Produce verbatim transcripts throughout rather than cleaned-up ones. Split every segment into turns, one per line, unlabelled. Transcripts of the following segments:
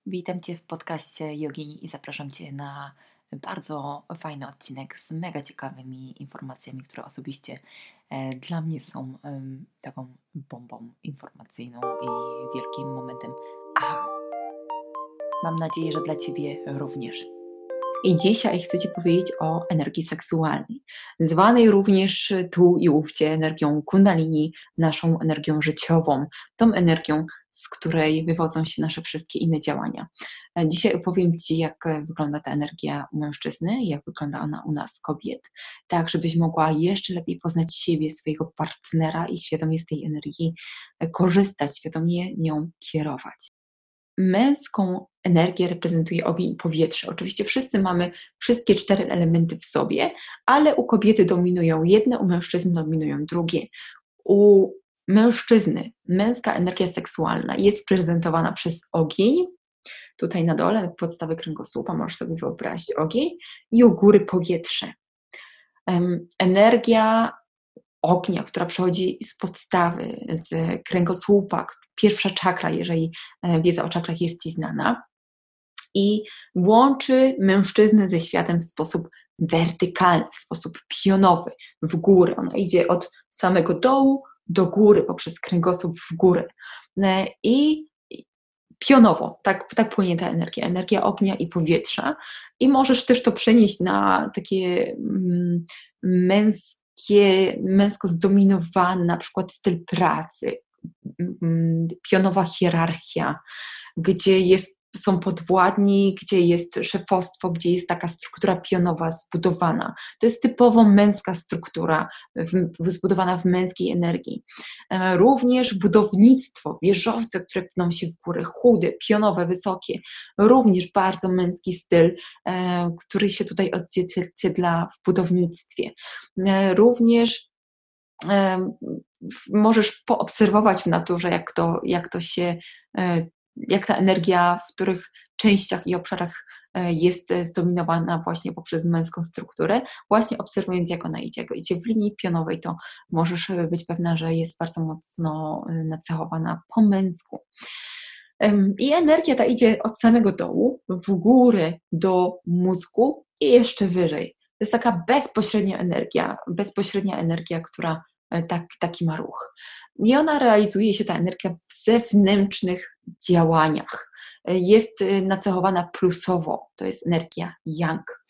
Witam Cię w podcaście Jogini i zapraszam Cię na bardzo fajny odcinek z mega ciekawymi informacjami, które osobiście e, dla mnie są em, taką bombą informacyjną i wielkim momentem. Aha, mam nadzieję, że dla Ciebie również. I dzisiaj chcę Ci powiedzieć o energii seksualnej, zwanej również tu i ówdzie energią kundalini, naszą energią życiową, tą energią, z której wywodzą się nasze wszystkie inne działania. E, Dzisiaj opowiem Ci, jak e, wygląda ta energia u mężczyzny, jak wygląda ona u nas, kobiet, tak żebyś mogła jeszcze lepiej poznać siebie, swojego partnera i świadomie z tej energii e, korzystać, świadomie nią kierować. Męską energię reprezentuje ogień i powietrze. Oczywiście wszyscy mamy wszystkie cztery elementy w sobie, ale u kobiety dominują jedne, u mężczyzn dominują drugie. U mężczyzny męska energia seksualna jest prezentowana przez ogień, tutaj na dole, podstawy kręgosłupa, możesz sobie wyobrazić ogień, i u góry powietrze. Em, Energia ognia, która przychodzi z podstawy, z kręgosłupa, pierwsza czakra, jeżeli e, wiedza o czakrach jest Ci znana, i łączy mężczyznę ze światem w sposób wertykalny, w sposób pionowy, w górę. Ona idzie od samego dołu do góry, poprzez kręgosłup w górę. E, I pionowo, tak, tak płynie ta energia, energia ognia i powietrza. I możesz też to przenieść na takie mm, męskie, męsko zdominowany na przykład styl pracy, mm, pionowa hierarchia, gdzie jest, są podwładni, gdzie jest szefostwo, gdzie jest taka struktura pionowa zbudowana. To jest typowo męska struktura, w, zbudowana w męskiej energii. E, Również budownictwo, wieżowce, które pną się w górę, chude, pionowe, wysokie. Również bardzo męski styl, e, który się tutaj odzwierciedla w budownictwie. E, Również e, możesz poobserwować w naturze, jak to, jak to się, e, jak ta energia w których częściach i obszarach e, jest e, zdominowana właśnie poprzez męską strukturę, właśnie obserwując, jak ona idzie. Jak idzie w linii pionowej, to możesz e, być pewna, że jest bardzo mocno e, nacechowana po męsku. Em, I energia ta idzie od samego dołu w górę do mózgu i jeszcze wyżej. To jest taka bezpośrednia energia, bezpośrednia energia, która e, tak, taki ma ruch. I ona realizuje się, ta energia, w zewnętrznych działaniach. E, Jest e, nacechowana plusowo, to jest energia yang.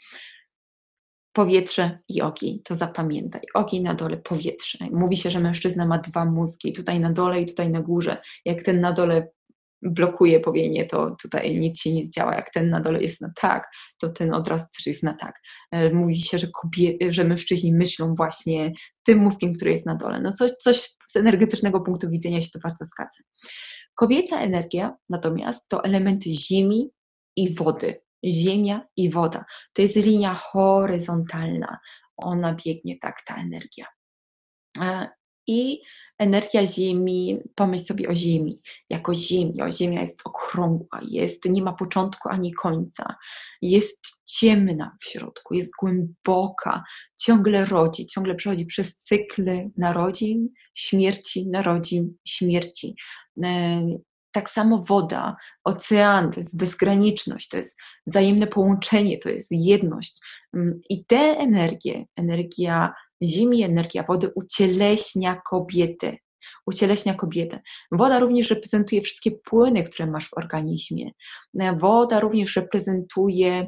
Powietrze i ogień, to zapamiętaj. Ogień na dole, powietrze. Mówi się, że mężczyzna ma dwa mózgi, tutaj na dole i tutaj na górze. Jak ten na dole blokuje powienie, to tutaj nic się nie działa. Jak ten na dole jest na tak, to ten od razu też jest na tak. E, Mówi się, że, kobie- że mężczyźni myślą właśnie tym mózgiem, który jest na dole. No coś, coś z energetycznego punktu widzenia się to bardzo zgadza. Kobieca energia natomiast to elementy ziemi i wody. Ziemia i woda. To jest linia horyzontalna. Ona biegnie tak, ta energia. E, I energia Ziemi, pomyśl sobie o Ziemi, jako Ziemi. O, Ziemia jest okrągła, jest, nie ma początku ani końca, jest ciemna w środku, jest głęboka, ciągle rodzi, ciągle przechodzi przez cykly narodzin, śmierci, narodzin, śmierci. E, Tak samo woda, ocean, to jest bezgraniczność, to jest wzajemne połączenie, to jest jedność. Mm, I te energie, energia Ziemi, energia wody ucieleśnia kobietę. Ucieleśnia kobietę. Woda również reprezentuje wszystkie płyny, które masz w organizmie. E, Woda również reprezentuje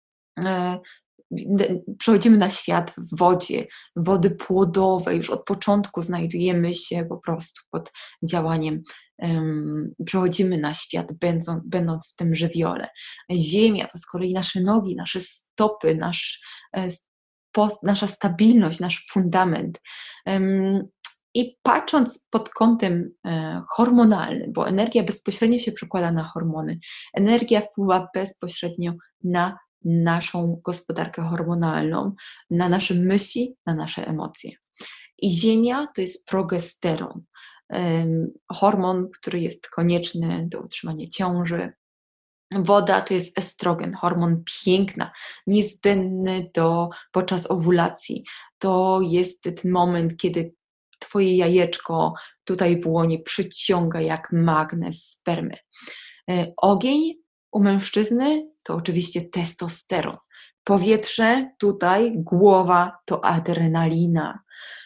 e, d- Przechodzimy na świat w wodzie, wody płodowe. Już od początku znajdujemy się po prostu pod działaniem, um, przechodzimy na świat, będąc, będąc w tym żywiole. Ziemia to z kolei nasze nogi, nasze stopy, nasz, e, pos- nasza stabilność, nasz fundament. Um, I patrząc pod kątem e, hormonalnym, bo energia bezpośrednio się przekłada na hormony, energia wpływa bezpośrednio na naszą gospodarkę hormonalną, na nasze myśli, na nasze emocje. I ziemia to jest progesteron, em, hormon, który jest konieczny do utrzymania ciąży. Woda to jest estrogen, hormon piękna, niezbędny do, podczas owulacji. To jest ten moment, kiedy twoje jajeczko tutaj w łonie przyciąga jak magnes spermy. E, Ogień U mężczyzny to oczywiście testosteron. Powietrze, tutaj głowa to adrenalina.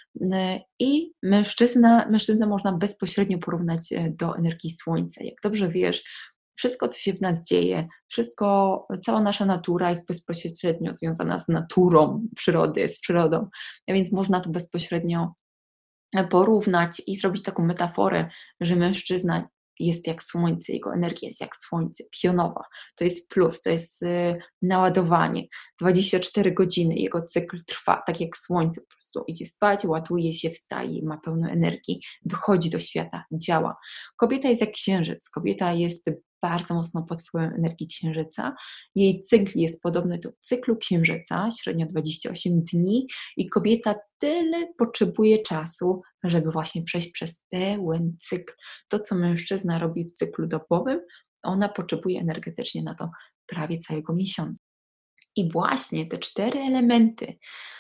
N I mężczyzna mężczyznę można bezpośrednio porównać, e, do energii słońca. Jak dobrze wiesz, wszystko, co się w nas dzieje, wszystko, cała nasza natura jest bezpośrednio związana z naturą przyrody, z przyrodą, a więc można to bezpośrednio e, porównać i zrobić taką metaforę, że mężczyzna jest jak słońce, jego energia jest jak słońce, pionowa. To jest plus, to jest y, naładowanie. dwadzieścia cztery godziny jego cykl trwa, tak jak słońce, po prostu idzie spać, ładuje się, wstaje, ma pełno energii, wychodzi do świata, działa. Kobieta jest jak księżyc, kobieta jest bardzo mocno pod wpływem energii księżyca. Jej cykl jest podobny do cyklu księżyca, średnio dwadzieścia osiem dni i kobieta tyle potrzebuje czasu, żeby właśnie przejść przez pełen cykl. To, co mężczyzna robi w cyklu dobowym, ona potrzebuje energetycznie na to prawie całego miesiąca. I właśnie te cztery elementy,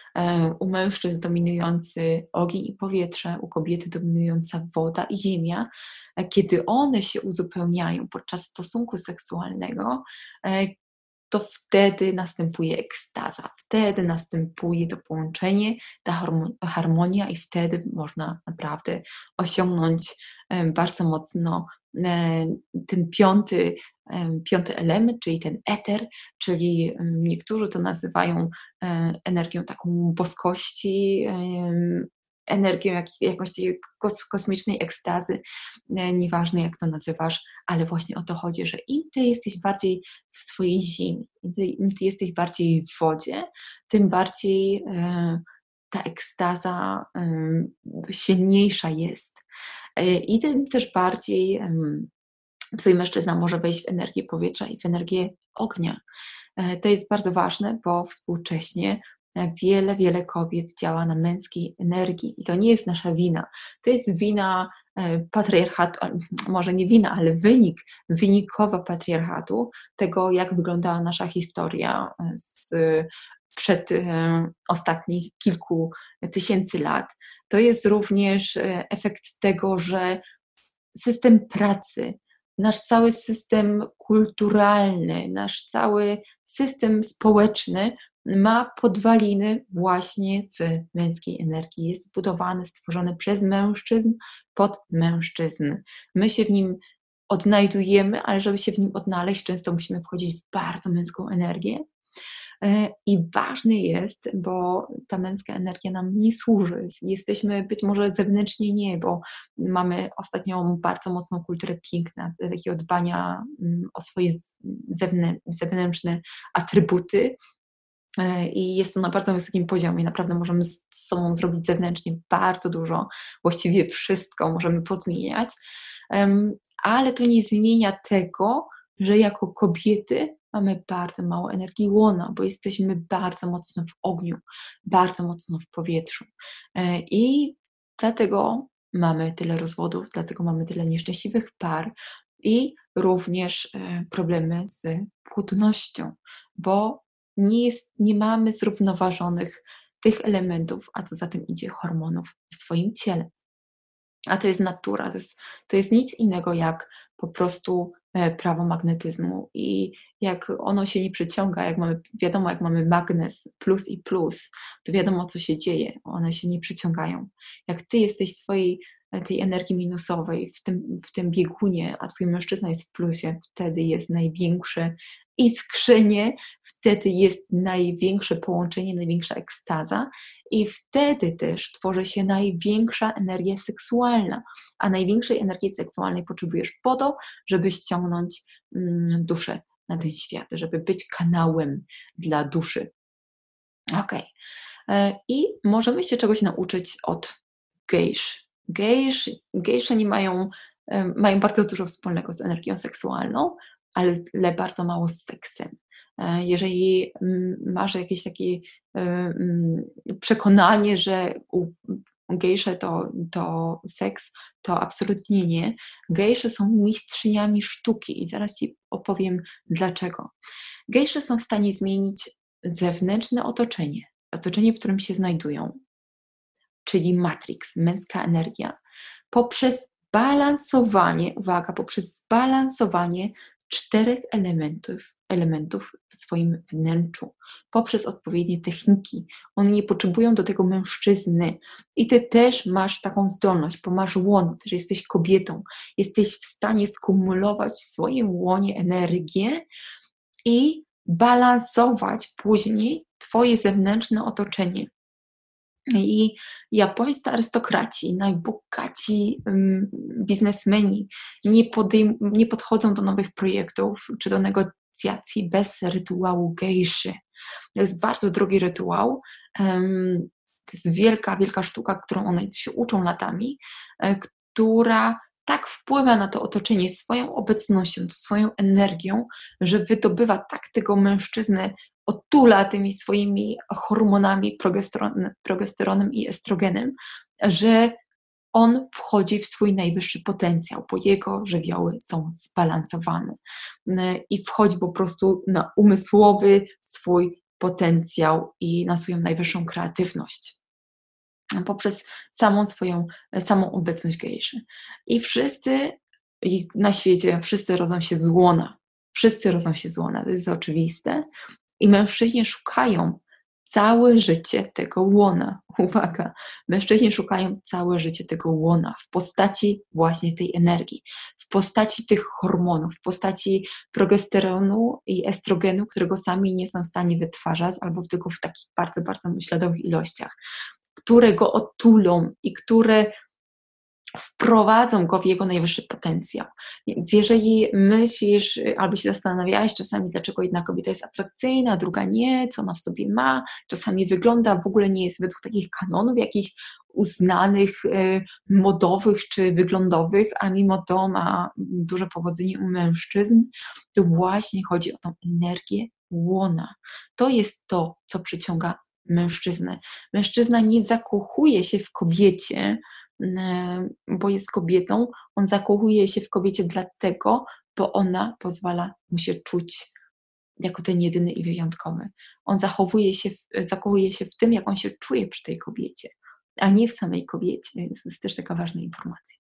e, u mężczyzn dominujący ogień i powietrze, u kobiety dominująca woda i ziemia, e, kiedy one się uzupełniają podczas stosunku seksualnego, e, to wtedy następuje ekstaza, wtedy następuje to połączenie, ta harmo- harmonia i wtedy można naprawdę osiągnąć em, bardzo mocno e, ten piąty, em, piąty element, czyli ten eter, czyli em, niektórzy to nazywają e, energią taką boskości, em, energią jak, jakąś takiej kos, kosmicznej ekstazy, e, nieważne jak to nazywasz, ale właśnie o to chodzi, że im ty jesteś bardziej w swojej ziemi, im ty, im ty jesteś bardziej w wodzie, tym bardziej e, ta ekstaza em, silniejsza jest. E, I tym też bardziej em, twój mężczyzna może wejść w energię powietrza i w energię ognia. E, To jest bardzo ważne, bo współcześnie e, wiele, wiele kobiet działa na męskiej energii i to nie jest nasza wina. To jest wina e, patriarchatu, a, może nie wina, ale wynik, wynikowa patriarchatu, tego jak wyglądała nasza historia e, z przed e, ostatnich kilku tysięcy lat. To jest również e, efekt tego, że system pracy, nasz cały system kulturalny, nasz cały system społeczny ma podwaliny właśnie w męskiej energii. Jest zbudowany, stworzony przez mężczyzn pod mężczyzn. My się w nim odnajdujemy, ale żeby się w nim odnaleźć, często musimy wchodzić w bardzo męską energię. E, I ważny jest, bo ta męska energia nam nie służy. Jesteśmy być może zewnętrznie nie, bo mamy ostatnio bardzo mocną kulturę piękna, takiego dbania mm, o swoje z- zewnę- zewnętrzne atrybuty. E, I jest to na bardzo wysokim poziomie. Naprawdę możemy z sobą zrobić zewnętrznie bardzo dużo, właściwie wszystko możemy pozmieniać, Em, ale to nie zmienia tego, że jako kobiety mamy bardzo mało energii łona, bo jesteśmy bardzo mocno w ogniu, bardzo mocno w powietrzu. E, I dlatego mamy tyle rozwodów, dlatego mamy tyle nieszczęśliwych par i również e, problemy z płodnością, bo nie, jest, nie mamy zrównoważonych tych elementów, a co za tym idzie hormonów w swoim ciele. A to jest natura, to jest, to jest nic innego jak po prostu e, prawo magnetyzmu i jak ono się nie przyciąga, jak mamy, wiadomo, jak mamy magnes plus i plus, to wiadomo, co się dzieje, one się nie przyciągają. Jak ty jesteś w swojej e, tej energii minusowej, w tym, w tym biegunie, a twój mężczyzna jest w plusie, wtedy jest największe iskrzenie, wtedy jest największe połączenie, największa ekstaza i wtedy też tworzy się największa energia seksualna, a największej energii seksualnej potrzebujesz po to, żeby ściągnąć mm, duszę na ten świat, żeby być kanałem dla duszy. Okej. E, I możemy się czegoś nauczyć od gejsz. Gejsz gejsze nie mają, em, mają bardzo dużo wspólnego z energią seksualną, ale z- ale bardzo mało z seksem. E, Jeżeli mm, masz jakieś takie e, mm, przekonanie, że u u gejsze to, to seks, to absolutnie nie. Gejsze są mistrzyniami sztuki i zaraz Ci opowiem dlaczego. Gejsze są w stanie zmienić zewnętrzne otoczenie, otoczenie, w którym się znajdują, czyli matrix, męska energia, poprzez balansowanie, uwaga, poprzez balansowanie czterech elementów, elementów w swoim wnętrzu poprzez odpowiednie techniki. One nie potrzebują do tego mężczyzny. I ty też masz taką zdolność, bo masz łono, też jesteś kobietą. Jesteś w stanie skumulować w swoim łonie energię i balansować później twoje zewnętrzne otoczenie. I japońscy arystokraci, najbogaci um, biznesmeni nie, podejm- nie podchodzą do nowych projektów czy do negocjacji bez rytuału gejszy. To jest bardzo drogi rytuał. Um, to jest wielka, wielka sztuka, którą one się uczą latami, e, która tak wpływa na to otoczenie swoją obecnością, swoją energią, że wydobywa tak tego mężczyznę, otula tymi swoimi hormonami, progesteron, progesteronem i estrogenem, że on wchodzi w swój najwyższy potencjał, bo jego żywioły są zbalansowane i wchodzi po prostu na umysłowy swój potencjał i na swoją najwyższą kreatywność poprzez samą swoją, samą obecność gejszy. I wszyscy na świecie, wszyscy rodzą się z łona. Wszyscy rodzą się z łona, to jest oczywiste. I mężczyźni szukają całe życie tego łona. Uwaga, mężczyźni szukają całe życie tego łona w postaci właśnie tej energii, w postaci tych hormonów, w postaci progesteronu i estrogenu, którego sami nie są w stanie wytwarzać, albo tylko w takich bardzo, bardzo śladowych ilościach, które go otulą i które wprowadzą go w jego najwyższy potencjał. Więc jeżeli myślisz albo się zastanawiałaś czasami, dlaczego jedna kobieta jest atrakcyjna, druga nie, co ona w sobie ma, czasami wygląda, w ogóle nie jest według takich kanonów jakichś uznanych, y, modowych czy wyglądowych, a mimo to ma duże powodzenie u mężczyzn, to właśnie chodzi o tą energię łona. To jest to, co przyciąga mężczyznę. Mężczyzna nie zakochuje się w kobiecie, bo jest kobietą, on zakochuje się w kobiecie dlatego, bo ona pozwala mu się czuć jako ten jedyny i wyjątkowy. On zachowuje się, zakochuje się w tym, jak on się czuje przy tej kobiecie, a nie w samej kobiecie, więc to jest też taka ważna informacja.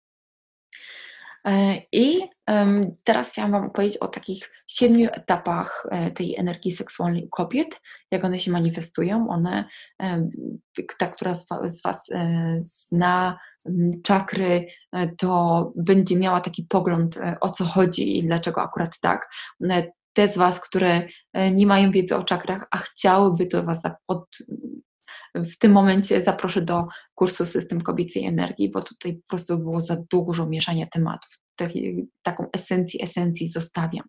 I teraz chciałam Wam opowiedzieć o takich siedmiu etapach tej energii seksualnej u kobiet, jak one się manifestują. One, ta, która z Was zna czakry, to będzie miała taki pogląd, o co chodzi i dlaczego akurat tak. Te z Was, które nie mają wiedzy o czakrach, a chciałyby to Was od w tym momencie zaproszę do kursu System Kobiecej Energii, bo tutaj po prostu było za dużo mieszania tematów. Taką esencję esencji zostawiam.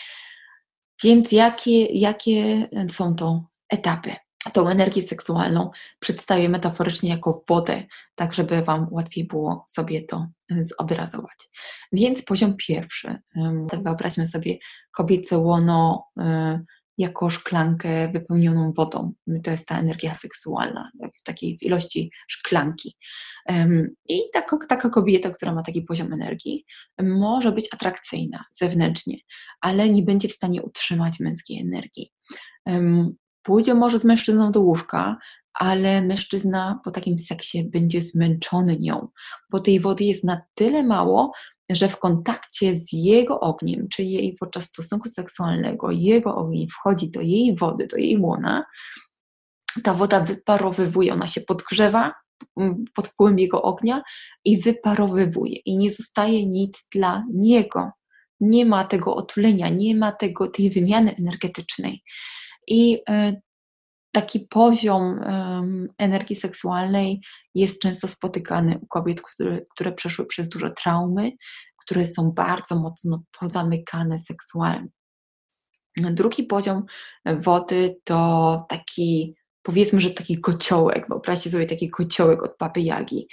Więc jakie, jakie są to etapy? Tą energię seksualną przedstawię metaforycznie jako wodę, tak żeby Wam łatwiej było sobie to zobrazować. Więc poziom pierwszy. Wyobraźmy sobie kobiece łono jako szklankę wypełnioną wodą. To jest ta energia seksualna, w takiej ilości szklanki. I taka, taka kobieta, która ma taki poziom energii, może być atrakcyjna zewnętrznie, ale nie będzie w stanie utrzymać męskiej energii. Pójdzie może z mężczyzną do łóżka, ale mężczyzna po takim seksie będzie zmęczony nią, bo tej wody jest na tyle mało, że w kontakcie z jego ogniem, czyli jej podczas stosunku seksualnego, jego ogień wchodzi do jej wody, do jej łona, ta woda wyparowywuje, ona się podgrzewa pod wpływem jego ognia i wyparowywuje i nie zostaje nic dla niego. Nie ma tego otulenia, nie ma tego, tej wymiany energetycznej. I y, taki poziom y, energii seksualnej jest często spotykany u kobiet, które, które przeszły przez duże traumy, które są bardzo mocno pozamykane seksualnie. Drugi poziom wody to taki, powiedzmy, że taki kociołek, wyobraźcie sobie taki kociołek od Baby Jagi.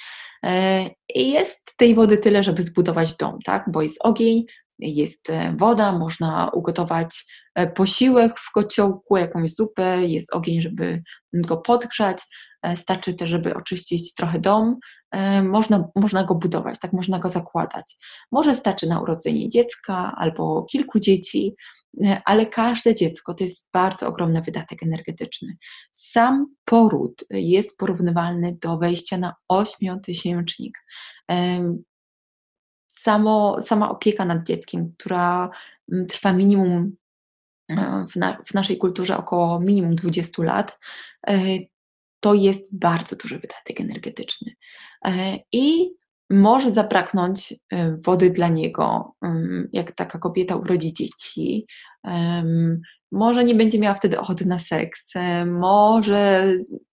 I jest tej wody tyle, żeby zbudować dom, tak? Bo jest ogień, jest woda, można ugotować posiłek w kociołku, jakąś zupę, jest ogień, żeby go podgrzać, starczy też, żeby oczyścić trochę dom, można, można go budować, tak, można go zakładać. Może starczy na urodzenie dziecka albo kilku dzieci, ale każde dziecko to jest bardzo ogromny wydatek energetyczny. Sam poród jest porównywalny do wejścia na ośmiotysięcznik. Samo, sama opieka nad dzieckiem, która mm, trwa minimum e, w, na, w naszej kulturze około minimum dwadzieścia lat, e, to jest bardzo duży wydatek energetyczny. E, I może zabraknąć e, wody dla niego, ym, jak taka kobieta urodzi dzieci. Em, Może nie będzie miała wtedy ochoty na seks, e, może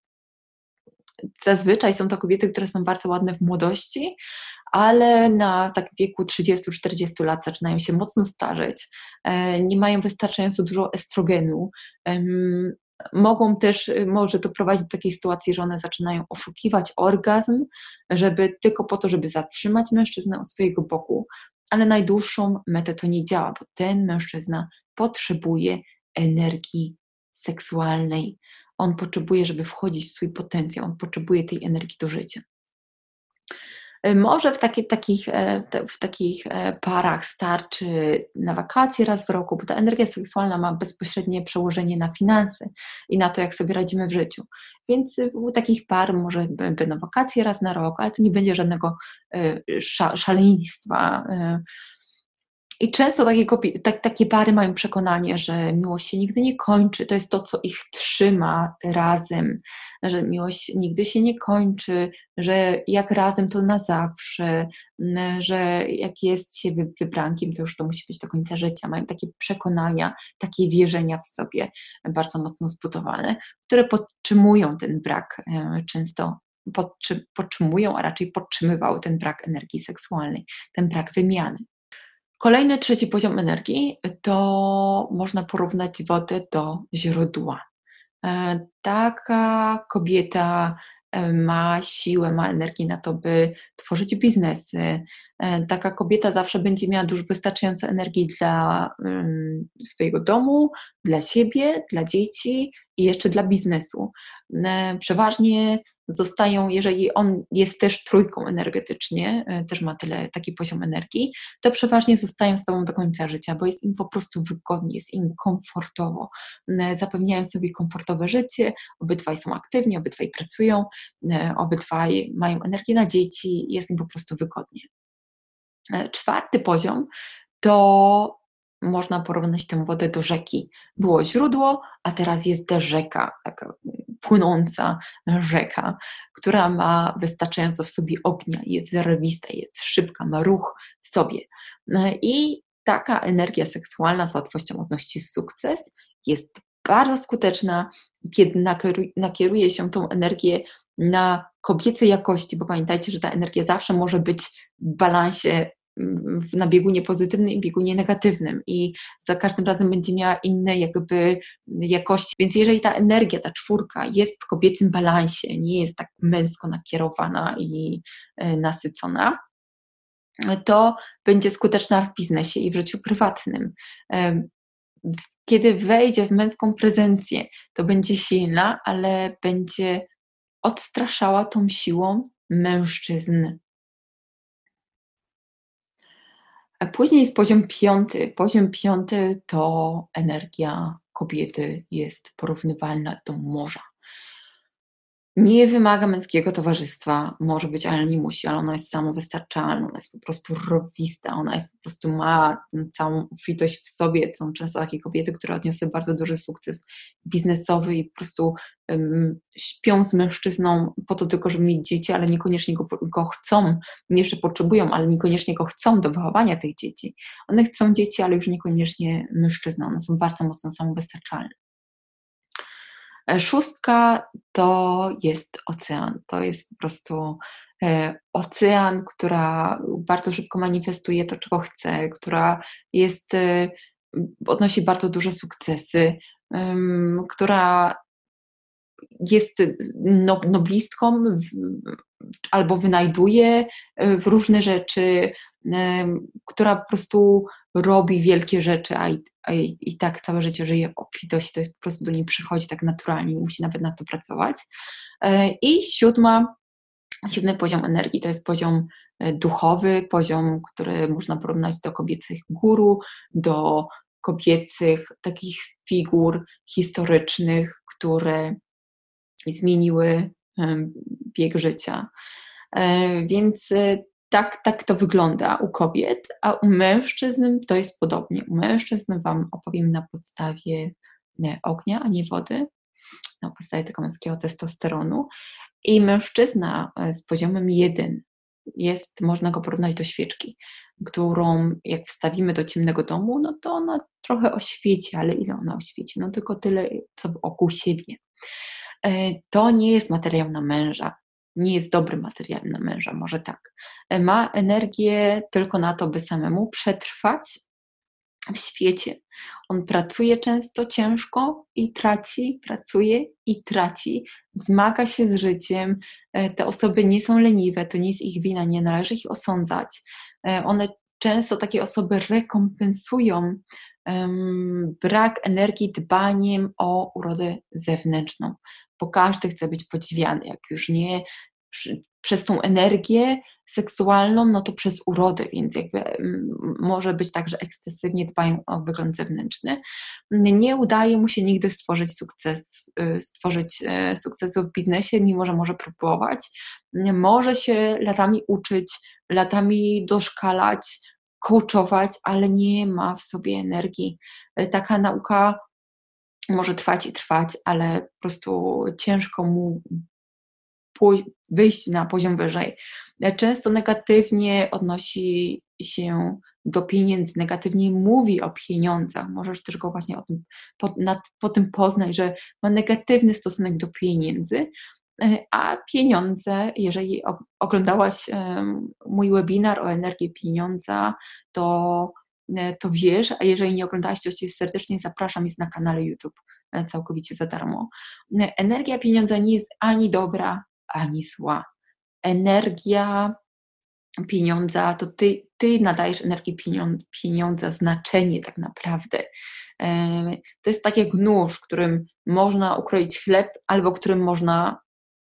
zazwyczaj są to kobiety, które są bardzo ładne w młodości, ale na tak wieku trzydziestu czterdziestu lat zaczynają się mocno starzeć, e, nie mają wystarczająco dużo estrogenu. em, Mogą też, może to prowadzić do takiej sytuacji, że one zaczynają oszukiwać orgazm, żeby tylko po to, żeby zatrzymać mężczyznę u swojego boku, ale na najdłuższą metę to nie działa, bo ten mężczyzna potrzebuje energii seksualnej. On potrzebuje, żeby wchodzić w swój potencjał, on potrzebuje tej energii do życia. E, Może w, takie, takich, e, te- w takich e, parach starczy na wakacje raz w roku, bo ta energia seksualna ma bezpośrednie przełożenie na finanse i na to, jak sobie radzimy w życiu. Więc y, u takich par może b- będą wakacje raz na rok, ale to nie będzie żadnego e, sza, szaleństwa. e, I często takie, kopie- tak, takie pary mają przekonanie, że miłość się nigdy nie kończy. To jest to, co ich trzyma razem, że miłość nigdy się nie kończy, że jak razem to na zawsze, n- że jak jest się wy- wybrankiem, to już to musi być do końca życia. Mają takie przekonania, takie wierzenia w sobie bardzo mocno zbudowane, które podtrzymują ten brak e, często. Podtrzy- podtrzymują, a raczej podtrzymywały ten brak energii seksualnej, ten brak wymiany. Kolejny, trzeci poziom energii to można porównać wodę do źródła. E, Taka kobieta e, ma siłę, ma energię na to, by tworzyć biznesy. E, Taka kobieta zawsze będzie miała dużo wystarczająco energii dla ym, swojego domu, dla siebie, dla dzieci i jeszcze dla biznesu. E, Przeważnie zostają, jeżeli on jest też trójką energetycznie, e, też ma tyle, taki poziom energii, to przeważnie zostają z tobą do końca życia, bo jest im po prostu wygodnie, jest im komfortowo. E, Zapewniają sobie komfortowe życie, obydwaj są aktywni, obydwaj pracują, e, obydwaj mają energię na dzieci, jest im po prostu wygodnie. E, Czwarty poziom to można porównać tę wodę do rzeki. Było źródło, a teraz jest rzeka, taka płynąca rzeka, która ma wystarczająco w sobie ognia, jest zerwista, jest szybka, ma ruch w sobie. E, I taka energia seksualna z łatwością odnosi sukces, jest bardzo skuteczna, kiedy nakieru- nakieruje się tą energię na kobiece jakości, bo pamiętajcie, że ta energia zawsze może być w balansie, w- na biegunie pozytywnym i biegunie negatywnym i za każdym razem będzie miała inne jakby jakości. Więc jeżeli ta energia, ta czwórka jest w kobiecym balansie, nie jest tak męsko nakierowana i e, nasycona, to będzie skuteczna w biznesie i w życiu prywatnym. E, Kiedy wejdzie w męską prezencję, to będzie silna, ale będzie odstraszała tą siłą mężczyzn. A później jest poziom piąty. Poziom piąty to energia kobiety jest porównywalna do morza. Nie wymaga męskiego towarzystwa, może być, ale nie musi, ale ona jest samowystarczalna, ona jest po prostu rowista, ona jest po prostu ma tę całą obfitość w sobie. Są często takie kobiety, które odniosły bardzo duży sukces biznesowy i po prostu um, śpią z mężczyzną po to tylko, żeby mieć dzieci, ale niekoniecznie go, go chcą, nie że potrzebują, ale niekoniecznie go chcą do wychowania tych dzieci. One chcą dzieci, ale już niekoniecznie mężczyznę, one są bardzo mocno samowystarczalne. E, Szóstka to jest ocean. To jest po prostu e, ocean, która bardzo szybko manifestuje to, czego chce, która jest, e, odnosi bardzo duże sukcesy, em, która jest no, noblistką w, albo wynajduje e, różne rzeczy, em, która po prostu robi wielkie rzeczy, a i, a i, i tak całe życie żyje w obfitości, to jest po prostu do niej przychodzi tak naturalnie, nie musi nawet na to pracować. E, I siódma, siódmy poziom energii to jest poziom e, duchowy, poziom, który można porównać do kobiecych guru, do kobiecych takich figur historycznych, które zmieniły em, bieg życia. E, Więc e, Tak, tak to wygląda u kobiet, a u mężczyzn to jest podobnie. U mężczyzn Wam opowiem na podstawie nie, ognia, a nie wody, na podstawie tego męskiego testosteronu. I mężczyzna e, z poziomem jeden jest, można go porównać do świeczki, którą jak wstawimy do ciemnego domu, no to ona trochę oświeci, ale ile ona oświeci? No tylko tyle, co wokół siebie. E, To nie jest materiał na męża. Nie jest dobrym materiałem na męża, może tak. E, Ma energię tylko na to, by samemu przetrwać w świecie. On pracuje często ciężko i traci, pracuje i traci, zmaga się z życiem. E, Te osoby nie są leniwe, to nie jest ich wina, nie należy ich osądzać. E, One często, takie osoby, rekompensują em, brak energii dbaniem o urodę zewnętrzną, bo każdy chce być podziwiany, jak już nie przy, przez tą energię seksualną, no to przez urodę, więc jakby mm, może być tak, że ekscesywnie dbają o wygląd zewnętrzny. Nie udaje mu się nigdy stworzyć sukces, y, stworzyć e, sukcesu w biznesie, mimo że może próbować. Może się latami uczyć, latami doszkalać, coachować, ale nie ma w sobie energii. E, Taka nauka może trwać i trwać, ale po prostu ciężko mu pój- wyjść na poziom wyżej. E, Często negatywnie odnosi się do pieniędzy, negatywnie mówi o pieniądzach. Możesz też go właśnie o tym, po, nad, po tym poznać, że ma negatywny stosunek do pieniędzy, e, a pieniądze, jeżeli o- oglądałaś em, mój webinar o energii pieniądza, to, e, to wiesz, a jeżeli nie oglądałaś, to Cię serdecznie zapraszam, jest na kanale YouTube e, całkowicie za darmo. E, Energia pieniądza nie jest ani dobra, ani zła. Energia pieniądza to ty, ty nadajesz energii pieniądza, pieniądza znaczenie tak naprawdę. E, To jest tak jak nóż, którym można ukroić chleb, albo którym można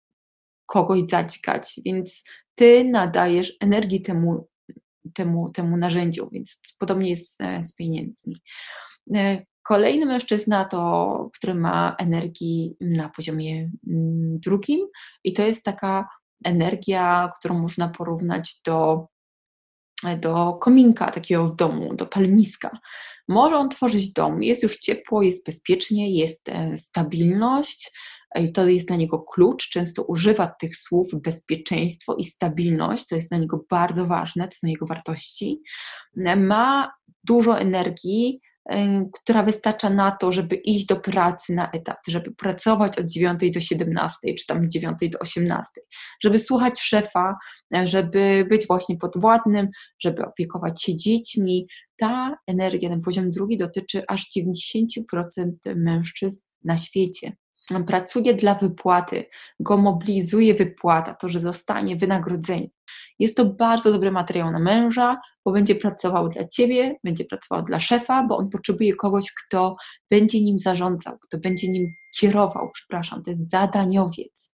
kogoś zadźgać, więc ty nadajesz energii temu, temu, temu narzędziu, więc podobnie jest e, z pieniędzmi. E, Kolejny mężczyzna to, który ma energii na poziomie mm, drugim i to jest taka energia, którą można porównać do, do kominka takiego w domu, do paleniska. Może on tworzyć dom, jest już ciepło, jest bezpiecznie, jest e, stabilność, i to jest dla niego klucz. Często używa tych słów bezpieczeństwo i stabilność, to jest dla niego bardzo ważne, to są jego wartości. Ma dużo energii, y, która wystarcza na to, żeby iść do pracy na etat, żeby pracować od dziewiątej do siedemnastej, czy tam dziewiątej do osiemnastej, żeby słuchać szefa, e, żeby być właśnie podwładnym, żeby opiekować się dziećmi. Ta energia, ten poziom drugi dotyczy aż dziewięćdziesiąt procent mężczyzn na świecie. Pracuje dla wypłaty, go mobilizuje wypłata, to, że zostanie wynagrodzenie. Jest to bardzo dobry materiał na męża, bo będzie pracował dla ciebie, będzie pracował dla szefa, bo on potrzebuje kogoś, kto będzie nim zarządzał, kto będzie nim kierował, przepraszam, to jest zadaniowiec.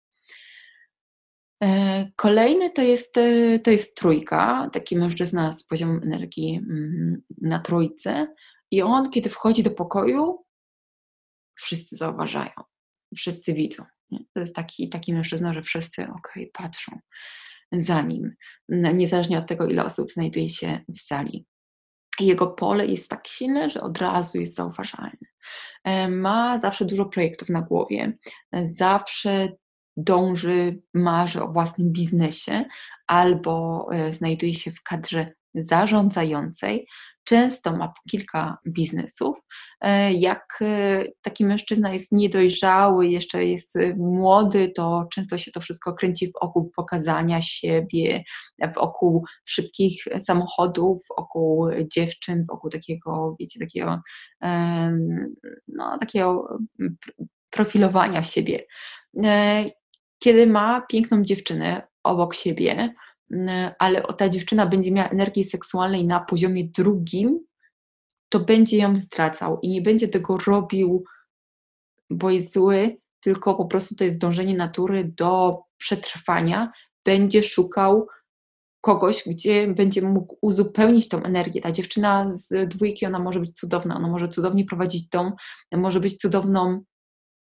E, Kolejny to jest, e, to jest trójka, taki mężczyzna z poziomem energii mm, na trójce i on, kiedy wchodzi do pokoju, wszyscy zauważają, wszyscy widzą. Nie? To jest taki, taki mężczyzna, że wszyscy okej, patrzą za nim, n- niezależnie od tego, ile osób znajduje się w sali. Jego pole jest tak silne, że od razu jest zauważalne. E, Ma zawsze dużo projektów na głowie, e, zawsze dąży, marzy o własnym biznesie albo e, znajduje się w kadrze zarządzającej. Często ma po kilka biznesów. E, Jak e, taki mężczyzna jest niedojrzały, jeszcze jest e, młody, to często się to wszystko kręci wokół pokazania siebie, wokół szybkich samochodów, wokół dziewczyn, wokół takiego, wiecie, takiego, em, no, takiego pr- profilowania siebie. E, Kiedy ma piękną dziewczynę obok siebie, m, ale ta dziewczyna będzie miała energii seksualnej na poziomie drugim, to będzie ją zdradzał i nie będzie tego robił, bo jest zły, tylko po prostu to jest dążenie natury do przetrwania. Będzie szukał kogoś, gdzie będzie mógł uzupełnić tą energię. Ta dziewczyna z dwójki, ona może być cudowna, ona może cudownie prowadzić dom, może być cudowną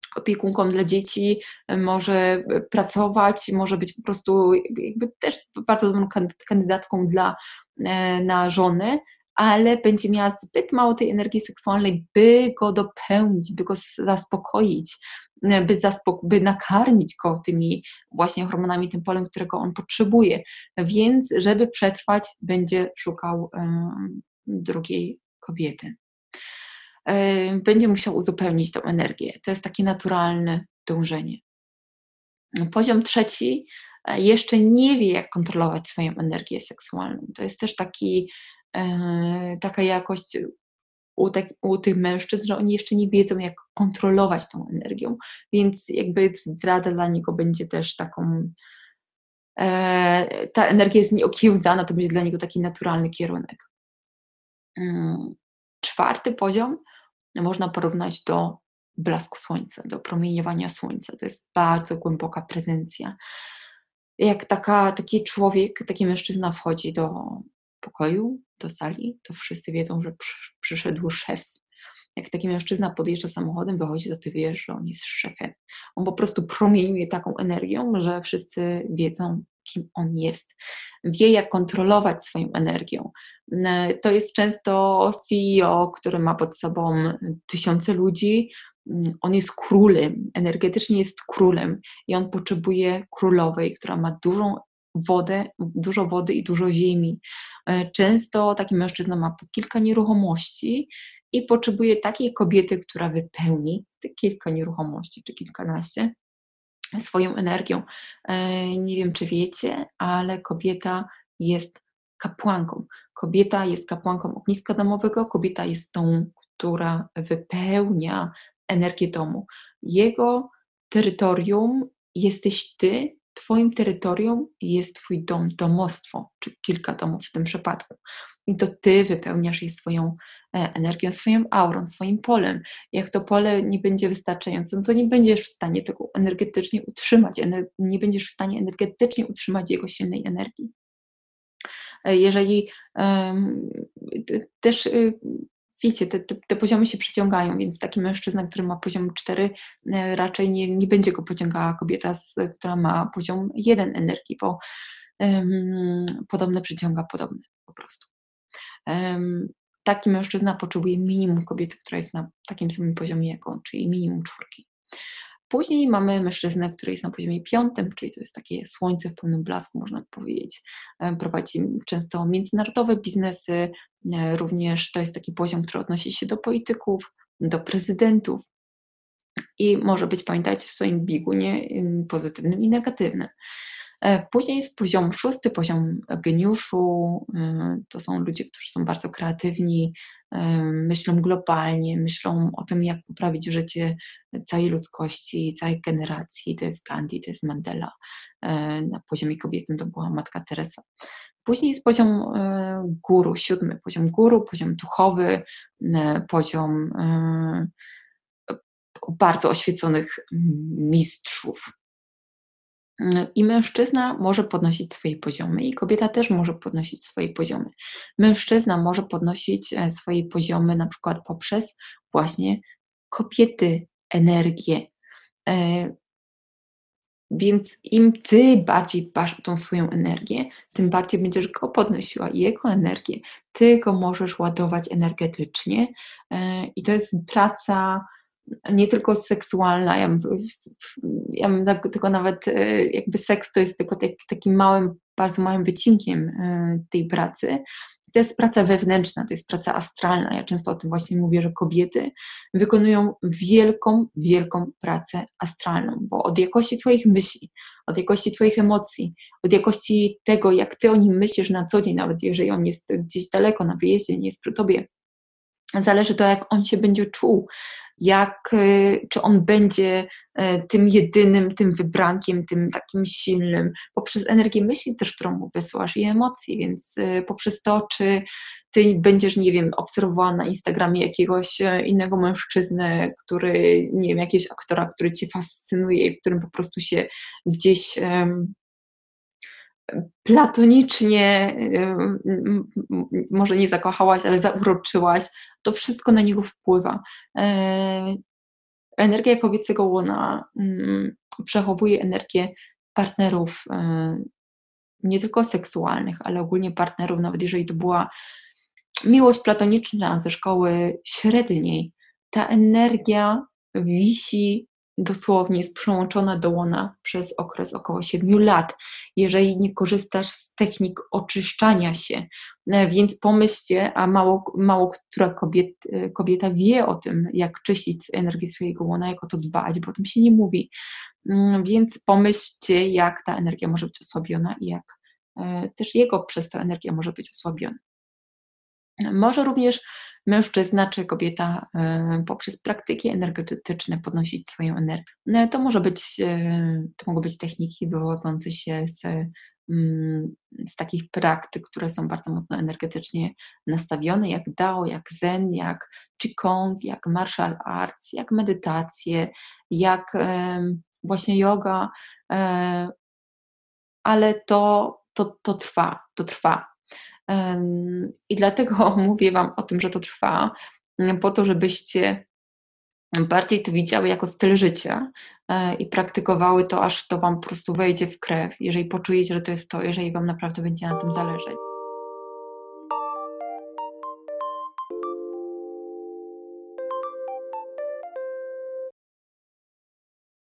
opiekunką dla dzieci, może pracować, może być po prostu jakby też bardzo dobrą kandydatką dla, e, na żonę, ale będzie miała zbyt mało tej energii seksualnej, by go dopełnić, by go zaspokoić, e, by, zaspo- by nakarmić go tymi właśnie hormonami, tym polem, którego on potrzebuje. Więc żeby przetrwać, będzie szukał um, drugiej kobiety. Będzie musiał uzupełnić tą energię. To jest takie naturalne dążenie. Poziom trzeci jeszcze nie wie, jak kontrolować swoją energię seksualną. To jest też taki, taka jakość u, te, u tych mężczyzn, że oni jeszcze nie wiedzą, jak kontrolować tą energią, więc jakby zdrada dla niego będzie też taką, ta energia jest nieokiełzana, to będzie dla niego taki naturalny kierunek. Czwarty poziom można porównać do blasku słońca, do promieniowania słońca. To jest bardzo głęboka prezencja. Jak taka, taki człowiek, taki mężczyzna wchodzi do pokoju, do sali, to wszyscy wiedzą, że przy, przyszedł szef. Jak taki mężczyzna podjeżdża samochodem, wychodzi, to ty wiesz, że on jest szefem. On po prostu promieniuje taką energią, że wszyscy wiedzą, kim on jest. Wie, jak kontrolować swoją energią. To jest często C E O, który ma pod sobą tysiące ludzi. On jest królem, energetycznie jest królem i on potrzebuje królowej, która ma dużą wodę, dużo wody i dużo ziemi. Często taki mężczyzna ma po kilka nieruchomości i potrzebuje takiej kobiety, która wypełni te kilka nieruchomości czy kilkanaście swoją energią. Nie wiem, czy wiecie, ale kobieta jest kapłanką. Kobieta jest kapłanką ogniska domowego, kobieta jest tą, która wypełnia energię domu. Jego terytorium jesteś ty, twoim terytorium jest twój dom, domostwo, czy kilka domów w tym przypadku. I to ty wypełniasz jej swoją energią, swoją aurą, swoim polem. Jak to pole nie będzie wystarczające, no to nie będziesz w stanie tego energetycznie utrzymać, nie będziesz w stanie energetycznie utrzymać jego silnej energii. Jeżeli um, też wiecie, te, te, te poziomy się przeciągają, więc taki mężczyzna, który ma poziom cztery, raczej nie, nie będzie go pociągała kobieta, z, która ma poziom jeden energii, bo um, podobne przyciąga podobne po prostu. Um, taki mężczyzna potrzebuje minimum kobiety, która jest na takim samym poziomie jak on, czyli minimum czwórki. Później mamy mężczyznę, który jest na poziomie piątym, czyli to jest takie słońce w pełnym blasku, można powiedzieć. Prowadzi często międzynarodowe biznesy, również to jest taki poziom, który odnosi się do polityków, do prezydentów i może być, pamiętajcie, w swoim biegunie pozytywnym i negatywnym. Później jest poziom szósty, poziom geniuszu. To są ludzie, którzy są bardzo kreatywni, myślą globalnie, myślą o tym, jak poprawić życie całej ludzkości, całej generacji. To jest Gandhi, to jest Mandela. Na poziomie kobiecym to była Matka Teresa. Później jest poziom guru, siódmy poziom guru, poziom duchowy, poziom bardzo oświeconych mistrzów. I mężczyzna może podnosić swoje poziomy i kobieta też może podnosić swoje poziomy. Mężczyzna może podnosić swoje poziomy na przykład poprzez właśnie kobiety, energię. Więc im ty bardziej dbasz o tą swoją energię, tym bardziej będziesz go podnosiła, jego energię. Ty go możesz ładować energetycznie i to jest praca nie tylko seksualna, ja bym, ja bym tylko nawet jakby seks to jest tylko tak, takim małym, bardzo małym wycinkiem tej pracy. To jest praca wewnętrzna, to jest praca astralna. Ja często o tym właśnie mówię, że kobiety wykonują wielką, wielką pracę astralną, bo od jakości twoich myśli, od jakości twoich emocji, od jakości tego, jak ty o nim myślisz na co dzień, nawet jeżeli on jest gdzieś daleko na wyjeździe, nie jest przy tobie, zależy to, jak on się będzie czuł, jak, czy on będzie tym jedynym, tym wybrankiem, tym takim silnym, poprzez energię myśli też, którą mu wysyłasz i emocji, więc poprzez to, czy ty będziesz, nie wiem, obserwowała na Instagramie jakiegoś innego mężczyznę, który, nie wiem, jakiegoś aktora, który cię fascynuje i w którym po prostu się gdzieś um, platonicznie, może nie zakochałaś, ale zauroczyłaś, to wszystko na niego wpływa.
Energia kobiecego łona mm, przechowuje energię partnerów, e, nie tylko seksualnych, ale ogólnie partnerów, nawet jeżeli to była miłość platoniczna ze szkoły średniej, ta energia wisi dosłownie, jest przyłączona do łona przez okres około siedmiu lat, jeżeli nie korzystasz z technik oczyszczania się. E, Więc pomyślcie, a mało, mało która kobiet, e, kobieta wie o tym, jak czyścić energię swojego łona, jak o to dbać, bo o tym się nie mówi. Mm, Więc pomyślcie, jak ta energia może być osłabiona i jak e, też jego przez to energia może być osłabiona. Może również mężczyzna czy kobieta e, poprzez praktyki energetyczne podnosić swoją energię. No, To może być, e, to mogą być techniki wywodzące się z, mm, z takich praktyk, które są bardzo mocno energetycznie nastawione, jak Dao, jak Zen, jak Qigong, jak martial arts, jak medytacje, jak em, właśnie yoga, e, ale to, to, to trwa, to trwa. Em, I dlatego mówię Wam o tym, że to trwa, mm, po to, żebyście bardziej to widziały jako styl życia e, i praktykowały to, aż to Wam po prostu wejdzie w krew, jeżeli poczujecie, że to jest to, jeżeli Wam naprawdę będzie na tym zależeć.